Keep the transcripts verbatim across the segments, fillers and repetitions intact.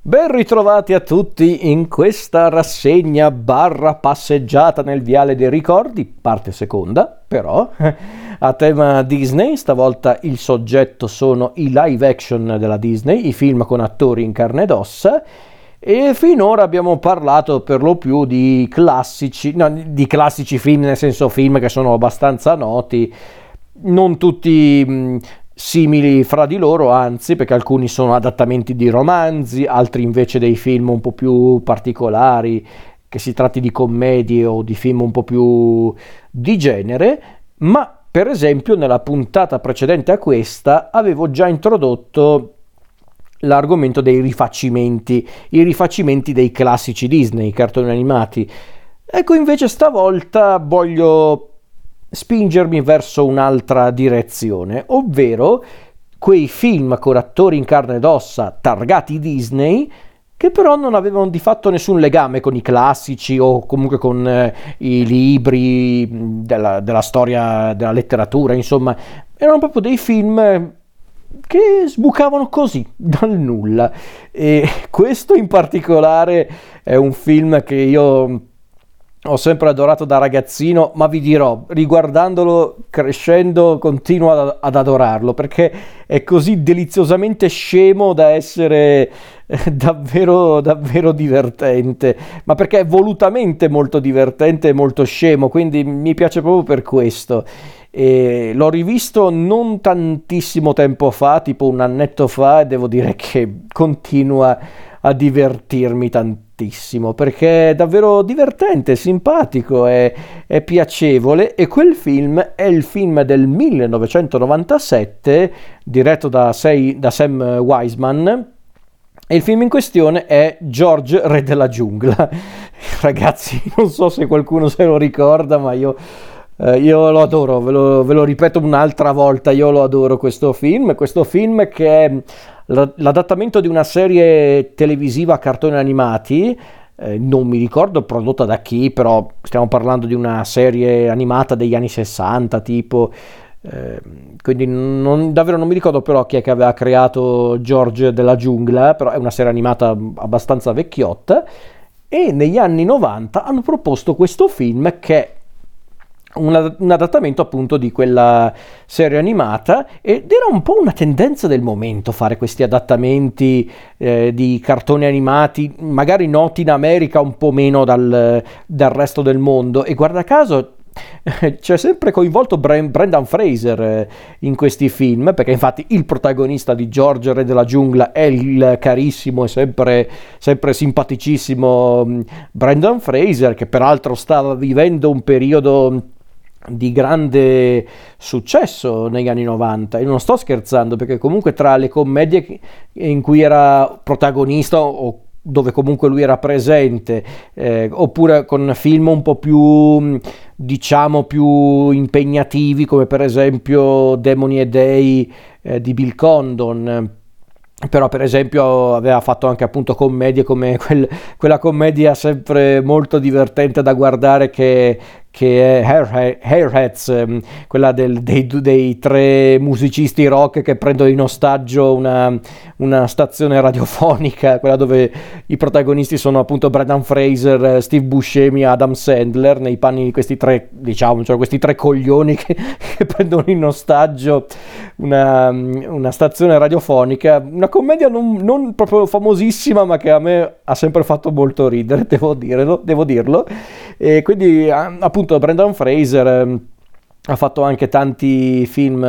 Ben ritrovati a tutti in questa rassegna barra passeggiata nel viale dei ricordi, parte seconda, però, a tema Disney. Stavolta il soggetto sono i live action della Disney, i film con attori in carne ed ossa, e finora abbiamo parlato per lo più di classici, no, di classici film, nel senso film che sono abbastanza noti, non tutti mh, simili fra di loro, anzi, perché alcuni sono adattamenti di romanzi, altri invece dei film un po' più particolari, che si tratti di commedie o di film un po' più di genere. Ma per esempio nella puntata precedente a questa avevo già introdotto l'argomento dei rifacimenti, i rifacimenti dei classici Disney, i cartoni animati. Ecco, invece stavolta voglio spingermi verso un'altra direzione, ovvero quei film con attori in carne ed ossa targati Disney, che però non avevano di fatto nessun legame con i classici o comunque con eh, i libri della, della storia, della letteratura, insomma, erano proprio dei film che sbucavano così dal nulla. E questo in particolare è un film che io ho sempre adorato da ragazzino, ma vi dirò, riguardandolo crescendo continuo ad, ad adorarlo, perché è così deliziosamente scemo da essere eh, davvero davvero divertente, ma perché è volutamente molto divertente e molto scemo, quindi mi piace proprio per questo. E l'ho rivisto non tantissimo tempo fa, tipo un annetto fa, e devo dire che continua a divertirmi tantissimo, perché è davvero divertente, simpatico, è, è piacevole. E quel film è il film del millenovecentonovantasette, diretto da, sei, da Sam Wiseman, e il film in questione è George, Re della Giungla. Ragazzi, non so se qualcuno se lo ricorda, ma io Uh, io lo adoro, ve lo, ve lo ripeto un'altra volta, io lo adoro questo film, questo film che è l'adattamento di una serie televisiva a cartoni animati, eh, non mi ricordo prodotta da chi, però stiamo parlando di una serie animata degli anni sessanta tipo, eh, quindi non, davvero non mi ricordo però chi è che aveva creato George della Giungla, però è una serie animata abbastanza vecchiotta, e negli anni novanta hanno proposto questo film che è Un, un adattamento appunto di quella serie animata, ed era un po' una tendenza del momento fare questi adattamenti eh, di cartoni animati magari noti in America, un po' meno dal, dal resto del mondo. E guarda caso c'è sempre coinvolto Brendan Fraser in questi film, perché infatti il protagonista di George, Re della Giungla, è il carissimo e sempre, sempre simpaticissimo Brendan Fraser, che peraltro stava vivendo un periodo di grande successo negli anni novanta, e non sto scherzando, perché comunque tra le commedie in cui era protagonista o dove comunque lui era presente, eh, oppure con film un po' più, diciamo, più impegnativi, come per esempio Demoni e Dei eh, di Bill Condon. Però per esempio aveva fatto anche appunto commedie come quel, quella commedia sempre molto divertente da guardare che, che è Hair, Hairheads, quella del, dei, dei tre musicisti rock che prendono in ostaggio una, una stazione radiofonica, quella dove i protagonisti sono appunto Brendan Fraser, Steve Buscemi e Adam Sandler, nei panni di questi tre, diciamo, cioè questi tre coglioni che, che prendono in ostaggio una, una stazione radiofonica. Una commedia non, non proprio famosissima, ma che a me ha sempre fatto molto ridere, devo dirlo, devo dirlo. E quindi appunto Brendan Fraser eh, ha fatto anche tanti film,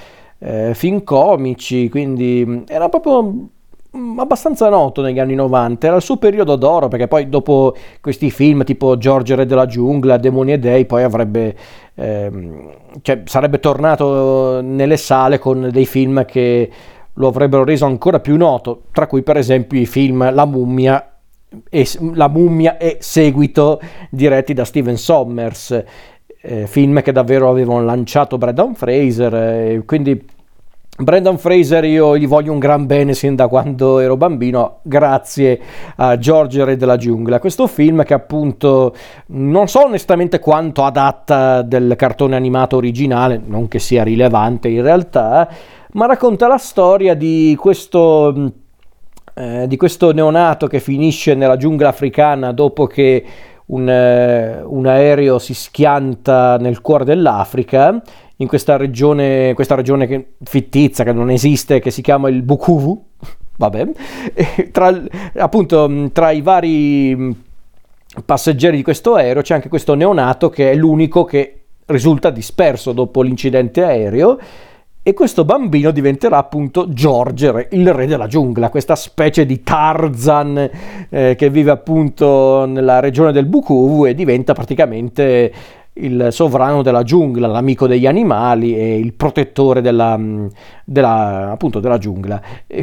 eh, film comici, quindi era proprio abbastanza noto negli anni novanta, era il suo periodo d'oro, perché poi dopo questi film tipo George, Re della Giungla, Demoni e Dei, poi avrebbe ehm, cioè sarebbe tornato nelle sale con dei film che lo avrebbero reso ancora più noto, tra cui per esempio i film La Mummia e, La Mummia e seguito, diretti da Steven Sommers, eh, film che davvero avevano lanciato Brendan Fraser, eh, quindi Brendan Fraser io gli voglio un gran bene sin da quando ero bambino, grazie a George, Re della Giungla. Questo film che appunto non so onestamente quanto adatta del cartone animato originale, non che sia rilevante in realtà, ma racconta la storia di questo eh, di questo neonato che finisce nella giungla africana dopo che un, eh, un aereo si schianta nel cuore dell'Africa, in questa regione, questa regione che, fittizia, che non esiste, che si chiama il Bukuvu. Vabbè, e tra, appunto, tra i vari passeggeri di questo aereo c'è anche questo neonato che è l'unico che risulta disperso dopo l'incidente aereo, e questo bambino diventerà appunto George, il re della giungla, questa specie di Tarzan eh, che vive appunto nella regione del Bukuvu e diventa praticamente il sovrano della giungla, l'amico degli animali e il protettore della, della, appunto della giungla. E,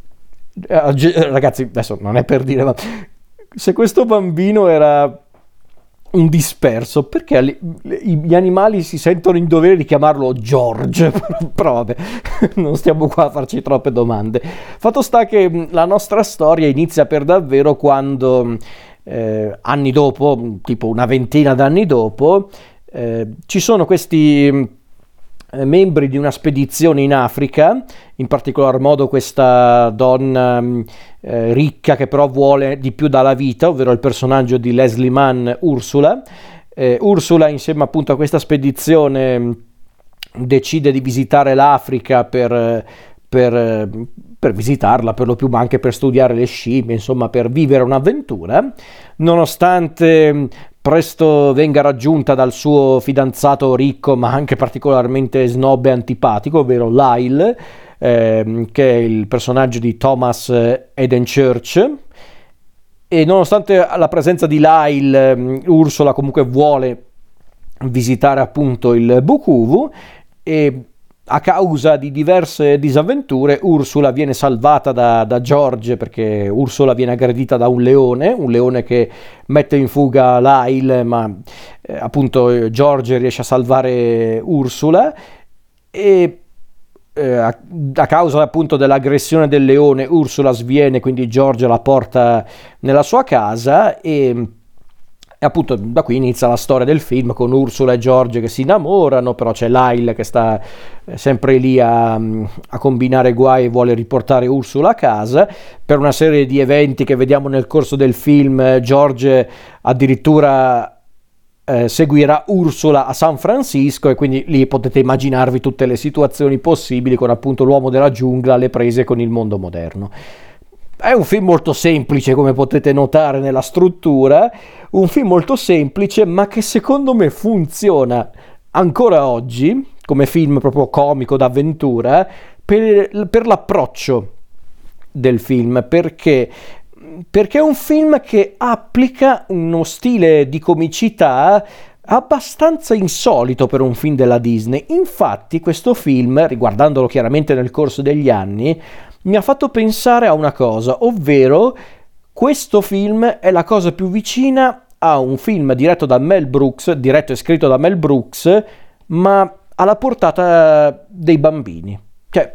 ragazzi, adesso non è per dire, ma se questo bambino era un disperso, perché gli animali si sentono in dovere di chiamarlo George? Però vabbè, non stiamo qua a farci troppe domande. Fatto sta che la nostra storia inizia per davvero quando eh, anni dopo, tipo una ventina d'anni dopo, eh, ci sono questi eh, membri di una spedizione in Africa, in particolar modo questa donna eh, ricca che però vuole di più dalla vita, ovvero il personaggio di Leslie Mann, Ursula. Eh, Ursula, insieme appunto a questa spedizione, decide di visitare l'Africa per, per, per visitarla per lo più, ma anche per studiare le scimmie, insomma per vivere un'avventura, nonostante presto venga raggiunta dal suo fidanzato ricco ma anche particolarmente snob e antipatico, ovvero Lyle, ehm, che è il personaggio di Thomas Eden Church. E nonostante la presenza di Lyle, um, Ursula comunque vuole visitare appunto il Bukuvu, e a causa di diverse disavventure Ursula viene salvata da, da George, perché Ursula viene aggredita da un leone, un leone che mette in fuga Lyle, ma eh, appunto George riesce a salvare Ursula, e eh, a, a causa appunto dell'aggressione del leone Ursula sviene, quindi George la porta nella sua casa, e E appunto da qui inizia la storia del film, con Ursula e George che si innamorano, però c'è Lyle che sta sempre lì a, a combinare guai e vuole riportare Ursula a casa. Per una serie di eventi che vediamo nel corso del film, George addirittura eh, seguirà Ursula a San Francisco, e quindi lì potete immaginarvi tutte le situazioni possibili con appunto l'uomo della giungla alle prese con il mondo moderno. È un film molto semplice, come potete notare nella struttura, un film molto semplice ma che secondo me funziona ancora oggi come film proprio comico d'avventura per, per l'approccio del film, perché perché è un film che applica uno stile di comicità abbastanza insolito per un film della Disney. Infatti questo film, riguardandolo chiaramente nel corso degli anni, mi ha fatto pensare a una cosa, ovvero questo film è la cosa più vicina a un film diretto da Mel Brooks, diretto e scritto da Mel Brooks, ma alla portata dei bambini. Cioè,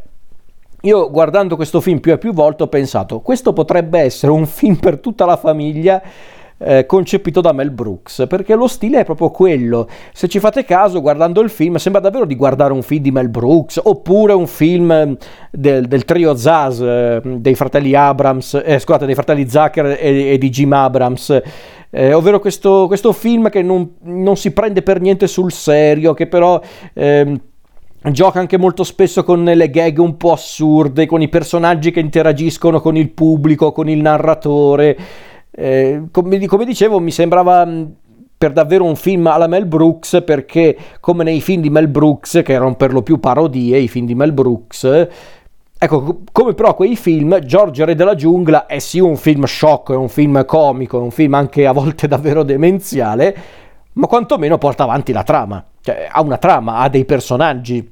io guardando questo film più e più volte ho pensato, questo potrebbe essere un film per tutta la famiglia, Eh, concepito da Mel Brooks, perché lo stile è proprio quello. Se ci fate caso, guardando il film sembra davvero di guardare un film di Mel Brooks, oppure un film del, del trio Zaz, eh, dei fratelli Abrams, eh, scusate, dei fratelli Zucker e, e di Jim Abrams, eh, ovvero questo, questo film che non, non si prende per niente sul serio, che però ehm, gioca anche molto spesso con le gag un po' assurde, con i personaggi che interagiscono con il pubblico, con il narratore. Eh, come, come dicevo, mi sembrava per davvero un film alla Mel Brooks, perché come nei film di Mel Brooks, che erano per lo più parodie, i film di Mel Brooks, ecco, come però quei film, George Re della Giungla è sì un film sciocco, è un film comico, è un film anche a volte davvero demenziale, ma quantomeno porta avanti la trama, cioè ha una trama, ha dei personaggi.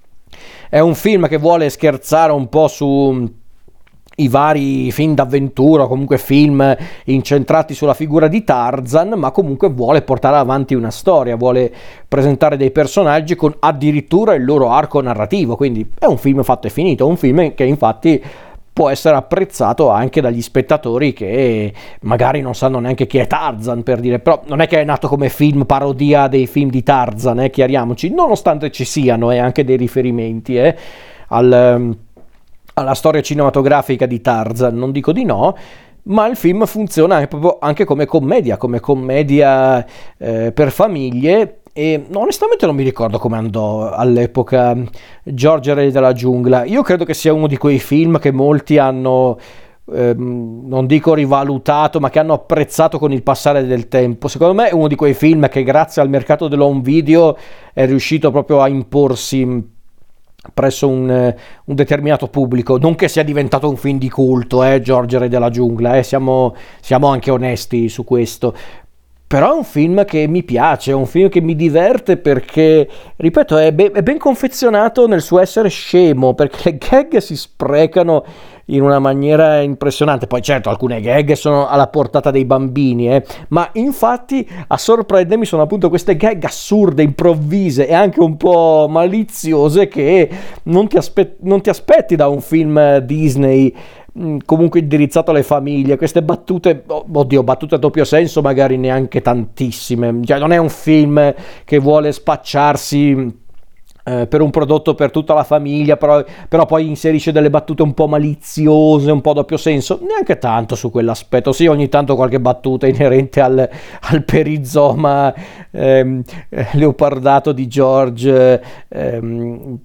È un film che vuole scherzare un po' su i vari film d'avventura, o comunque film incentrati sulla figura di Tarzan, ma comunque vuole portare avanti una storia, vuole presentare dei personaggi con addirittura il loro arco narrativo, quindi è un film fatto e finito, un film che infatti può essere apprezzato anche dagli spettatori che magari non sanno neanche chi è Tarzan, per dire, però non è che è nato come film parodia dei film di Tarzan, eh, chiariamoci, nonostante ci siano eh, anche dei riferimenti eh, al... alla storia cinematografica di Tarzan, non dico di no, ma il film funziona anche, proprio, anche come commedia, come commedia eh, per famiglie. E onestamente non mi ricordo come andò all'epoca George Re della giungla. Io credo che sia uno di quei film che molti hanno, ehm, non dico rivalutato, ma che hanno apprezzato con il passare del tempo. Secondo me è uno di quei film che grazie al mercato dell'home video è riuscito proprio a imporsi presso un, un determinato pubblico. Non che sia diventato un film di culto, eh, George Re della giungla, eh, siamo, siamo anche onesti su questo. Però è un film che mi piace, è un film che mi diverte perché, ripeto, è, be- è ben confezionato nel suo essere scemo, perché le gag si sprecano in una maniera impressionante. Poi certo, alcune gag sono alla portata dei bambini, eh, ma infatti a sorprendermi sono appunto queste gag assurde, improvvise e anche un po' maliziose che non ti, aspe- non ti aspetti da un film Disney comunque indirizzato alle famiglie. Queste battute, oddio, battute a doppio senso magari neanche tantissime, cioè non è un film che vuole spacciarsi eh, per un prodotto per tutta la famiglia, però, però poi inserisce delle battute un po' maliziose, un po' a doppio senso, neanche tanto su quell'aspetto. Sì, ogni tanto qualche battuta inerente al, al perizoma ehm, leopardato di George, ehm,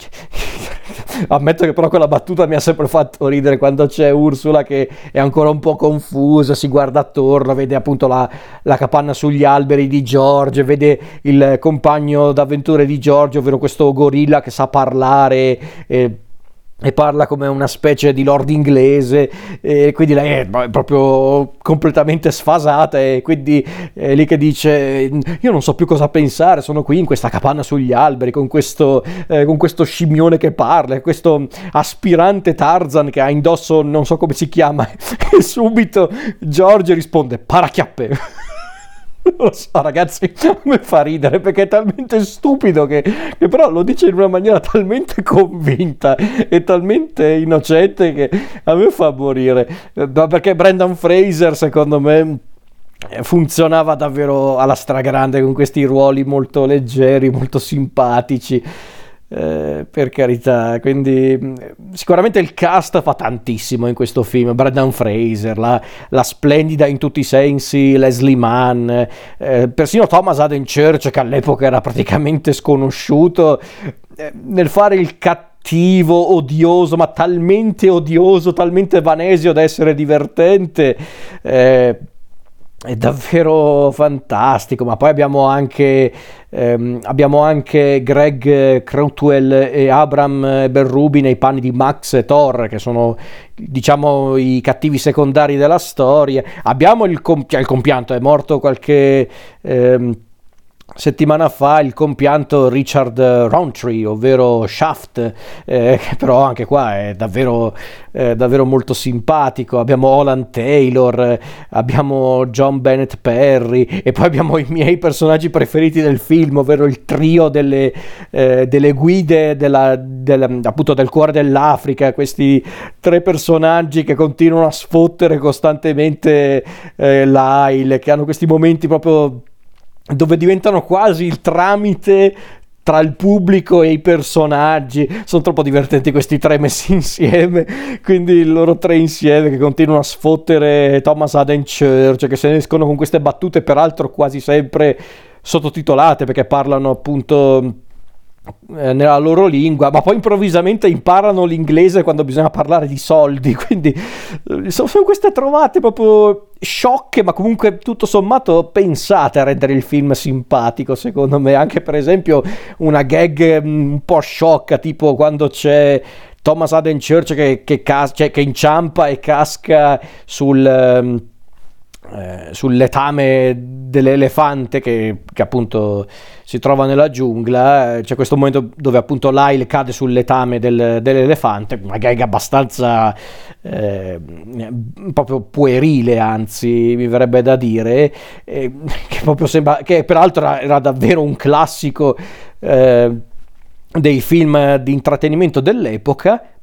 ammetto che però quella battuta mi ha sempre fatto ridere quando c'è Ursula che è ancora un po' confusa, si guarda attorno, vede appunto la, la capanna sugli alberi di George, vede il compagno d'avventure di George, ovvero questo gorilla che sa parlare e, e parla come una specie di lord inglese, e quindi lei è proprio completamente sfasata, e quindi è lì che dice: io non so più cosa pensare, sono qui in questa capanna sugli alberi con questo, eh, con questo scimmione che parla, questo aspirante Tarzan che ha indosso non so come si chiama, e subito George risponde: parachiappe. Non lo so, ragazzi, mi fa ridere perché è talmente stupido che, che però lo dice in una maniera talmente convinta e talmente innocente che a me fa morire. Ma perché Brendan Fraser, secondo me, funzionava davvero alla stragrande con questi ruoli molto leggeri, molto simpatici. Eh, per carità, quindi sicuramente il cast fa tantissimo in questo film. Brendan Fraser, la, la splendida in tutti i sensi Leslie Mann, eh, persino Thomas Haden Church, che all'epoca era praticamente sconosciuto, eh, nel fare il cattivo, odioso, ma talmente odioso, talmente vanesio da essere divertente. eh, È davvero fantastico. Ma poi abbiamo anche ehm, abbiamo anche Greg Crutwell e Abram Berrubi nei panni di Max e Thor, che sono, diciamo, i cattivi secondari della storia. Abbiamo il, compi- il compianto, è morto qualche ehm, settimana fa, il compianto Richard Roundtree, ovvero Shaft, eh, che però anche qua è davvero, eh, davvero molto simpatico. Abbiamo Holland Taylor, eh, abbiamo John Bennett Perry, e poi abbiamo i miei personaggi preferiti del film, ovvero il trio delle, eh, delle guide della, della, appunto del cuore dell'Africa, questi tre personaggi che continuano a sfottere costantemente eh, Lyle, che hanno questi momenti proprio dove diventano quasi il tramite tra il pubblico e i personaggi. Sono troppo divertenti questi tre messi insieme, quindi loro tre insieme che continuano a sfottere Thomas Haden Church, che se ne escono con queste battute peraltro quasi sempre sottotitolate perché parlano appunto nella loro lingua, ma poi improvvisamente imparano l'inglese quando bisogna parlare di soldi. Quindi sono, sono queste trovate proprio sciocche, ma comunque tutto sommato pensate a rendere il film simpatico, secondo me. Anche per esempio una gag un po' sciocca, tipo quando c'è Thomas Haden Church che, che, cas- cioè, che inciampa e casca sul Eh, sul letame dell'elefante che, che appunto si trova nella giungla. C'è questo momento dove appunto Lyle cade sul letame del, dell'elefante, una gag abbastanza eh, proprio puerile, anzi mi verrebbe da dire, eh, che proprio sembra, che peraltro era, era davvero un classico eh, dei film di intrattenimento dell'epoca,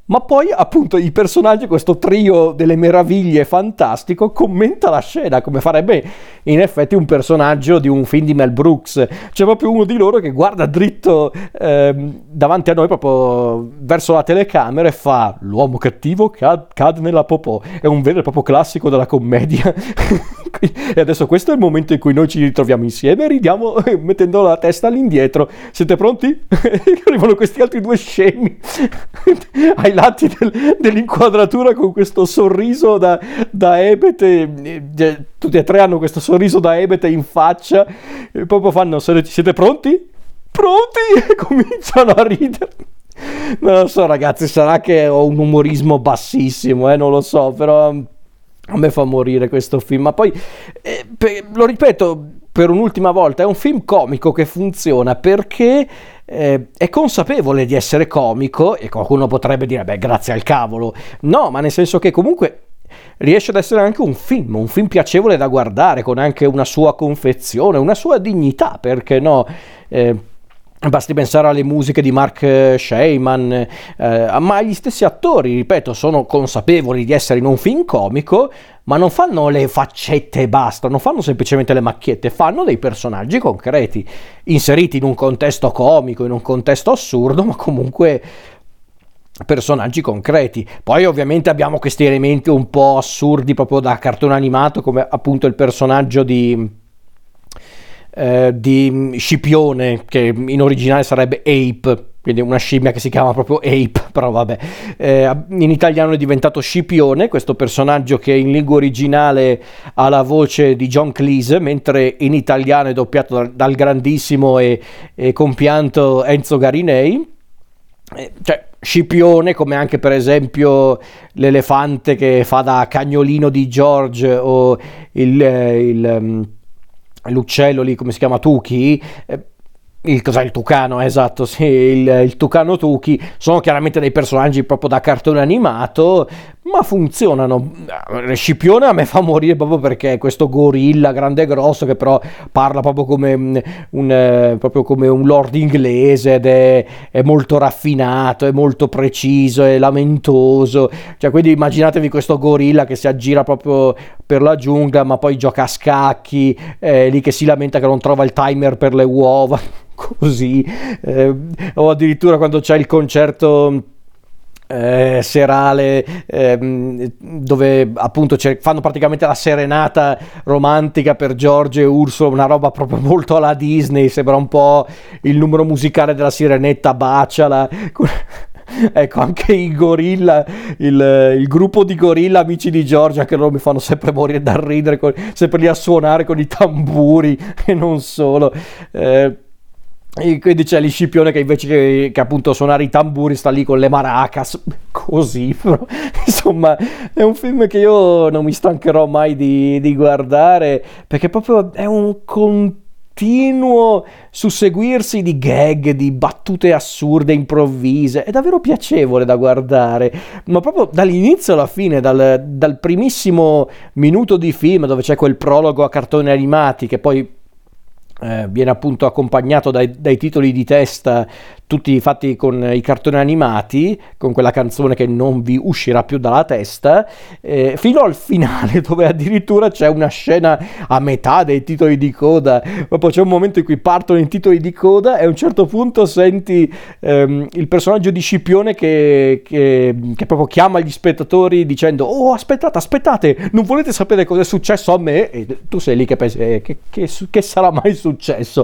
ma poi appunto i personaggi, questo trio delle meraviglie fantastico, commenta la scena come farebbe in effetti un personaggio di un film di Mel Brooks. C'è proprio uno di loro che guarda dritto ehm, davanti a noi, proprio verso la telecamera, e fa: l'uomo cattivo cad- cade nella popò. È un vero e proprio classico della commedia. E adesso questo è il momento in cui noi ci ritroviamo insieme e ridiamo mettendo la testa all'indietro. Siete pronti? Arrivano questi altri due scemi ai lati del, dell'inquadratura con questo sorriso da, da ebete. Eh, tutti e tre hanno questo sorriso da ebete in faccia e proprio fanno: siete pronti? Pronti? E cominciano a ridere. Non lo so, ragazzi, sarà che ho un umorismo bassissimo, eh, non lo so, però a me fa morire questo film. Ma poi, eh, per, lo ripeto per un'ultima volta, è un film comico che funziona perché eh, è consapevole di essere comico, e qualcuno potrebbe dire: beh, grazie al cavolo. No, ma nel senso che comunque riesce ad essere anche un film, un film piacevole da guardare, con anche una sua confezione, una sua dignità, perché no? Eh, Basti pensare alle musiche di Mark Sheyman, eh, ma gli stessi attori, ripeto, sono consapevoli di essere in un film comico, ma non fanno le faccette e basta, non fanno semplicemente le macchiette, fanno dei personaggi concreti, inseriti in un contesto comico, in un contesto assurdo, ma comunque personaggi concreti. Poi ovviamente abbiamo questi elementi un po' assurdi proprio da cartone animato, come appunto il personaggio di... Eh, di Scipione, che in originale sarebbe Ape, quindi una scimmia che si chiama proprio Ape, però vabbè, eh, in italiano è diventato Scipione, questo personaggio che in lingua originale ha la voce di John Cleese, mentre in italiano è doppiato dal, dal grandissimo e, e compianto Enzo Garinei. Eh, cioè Scipione, come anche per esempio l'elefante che fa da cagnolino di George, o il, il um, l'uccello lì, come si chiama, Tuki, eh, il, cos'è il tucano, esatto, sì, il, il tucano Tuki, sono chiaramente dei personaggi proprio da cartone animato, ma funzionano. Scipione a me fa morire proprio perché è questo gorilla grande e grosso che però parla proprio come un, eh, proprio come un lord inglese, ed è, è molto raffinato, è molto preciso, è lamentoso, cioè quindi immaginatevi questo gorilla che si aggira proprio per la giungla, ma poi gioca a scacchi, eh, lì che si lamenta che non trova il timer per le uova, così, eh, o addirittura quando c'è il concerto Eh, serale, ehm, dove appunto fanno praticamente la serenata romantica per George e Ursula, una roba proprio molto alla Disney, sembra un po' il numero musicale della Sirenetta, Baciala. Ecco, anche i gorilla, il, il gruppo di gorilla amici di George, anche loro mi fanno sempre morire da ridere, con, sempre lì a suonare con i tamburi e non solo. eh, E quindi c'è lì Scipione che invece che, che appunto suonare i tamburi sta lì con le maracas, così, però, insomma è un film che io non mi stancherò mai di, di guardare, perché proprio è un continuo susseguirsi di gag, di battute assurde, improvvise, è davvero piacevole da guardare, ma proprio dall'inizio alla fine, dal, dal primissimo minuto di film dove c'è quel prologo a cartoni animati che poi Eh, viene appunto accompagnato dai, dai titoli di testa, tutti fatti con i cartoni animati, con quella canzone che non vi uscirà più dalla testa, eh, fino al finale dove addirittura c'è una scena a metà dei titoli di coda, proprio c'è un momento in cui partono i titoli di coda e a un certo punto senti ehm, il personaggio di Scipione che, che, che proprio chiama gli spettatori dicendo: oh, aspettate, aspettate, non volete sapere cosa è successo a me? E tu sei lì che pensi: eh, che, che, che sarà mai successo?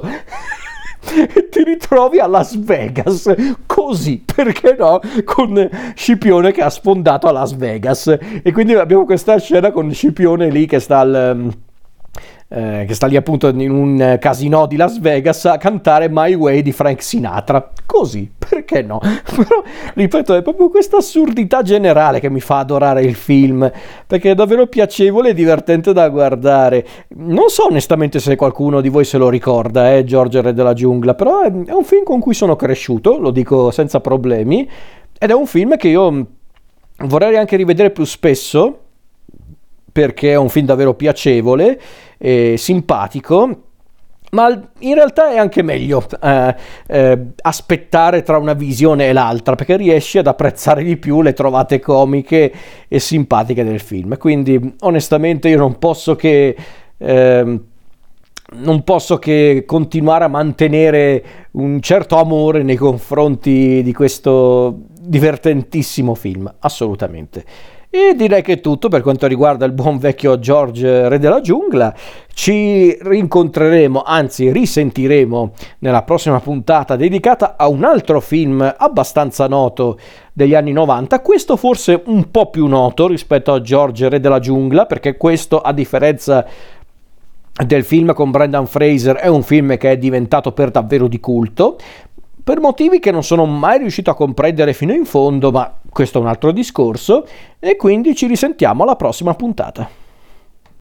E ti ritrovi a Las Vegas così, perché no, con Scipione che ha sfondato a Las Vegas, e quindi abbiamo questa scena con Scipione lì che sta al eh, che sta lì appunto in un casino di Las Vegas a cantare My Way di Frank Sinatra, così, perché no? Però ripeto, è proprio questa assurdità generale che mi fa adorare il film, perché è davvero piacevole e divertente da guardare. Non so onestamente se qualcuno di voi se lo ricorda, eh, George Re della Giungla, però è, è un film con cui sono cresciuto, lo dico senza problemi, ed è un film che io vorrei anche rivedere più spesso, perché è un film davvero piacevole e simpatico, ma in realtà è anche meglio eh, eh, aspettare tra una visione e l'altra, perché riesci ad apprezzare di più le trovate comiche e simpatiche del film. Quindi onestamente io non posso che eh, non posso che continuare a mantenere un certo amore nei confronti di questo divertentissimo film, assolutamente. E direi che è tutto per quanto riguarda il buon vecchio George Re della Giungla. Ci rincontreremo, anzi risentiremo nella prossima puntata dedicata a un altro film abbastanza noto degli anni novanta, questo forse un po' più noto rispetto a George Re della Giungla, perché questo, a differenza del film con Brendan Fraser, è un film che è diventato per davvero di culto, per motivi che non sono mai riuscito a comprendere fino in fondo, ma questo è un altro discorso, e quindi ci risentiamo alla prossima puntata.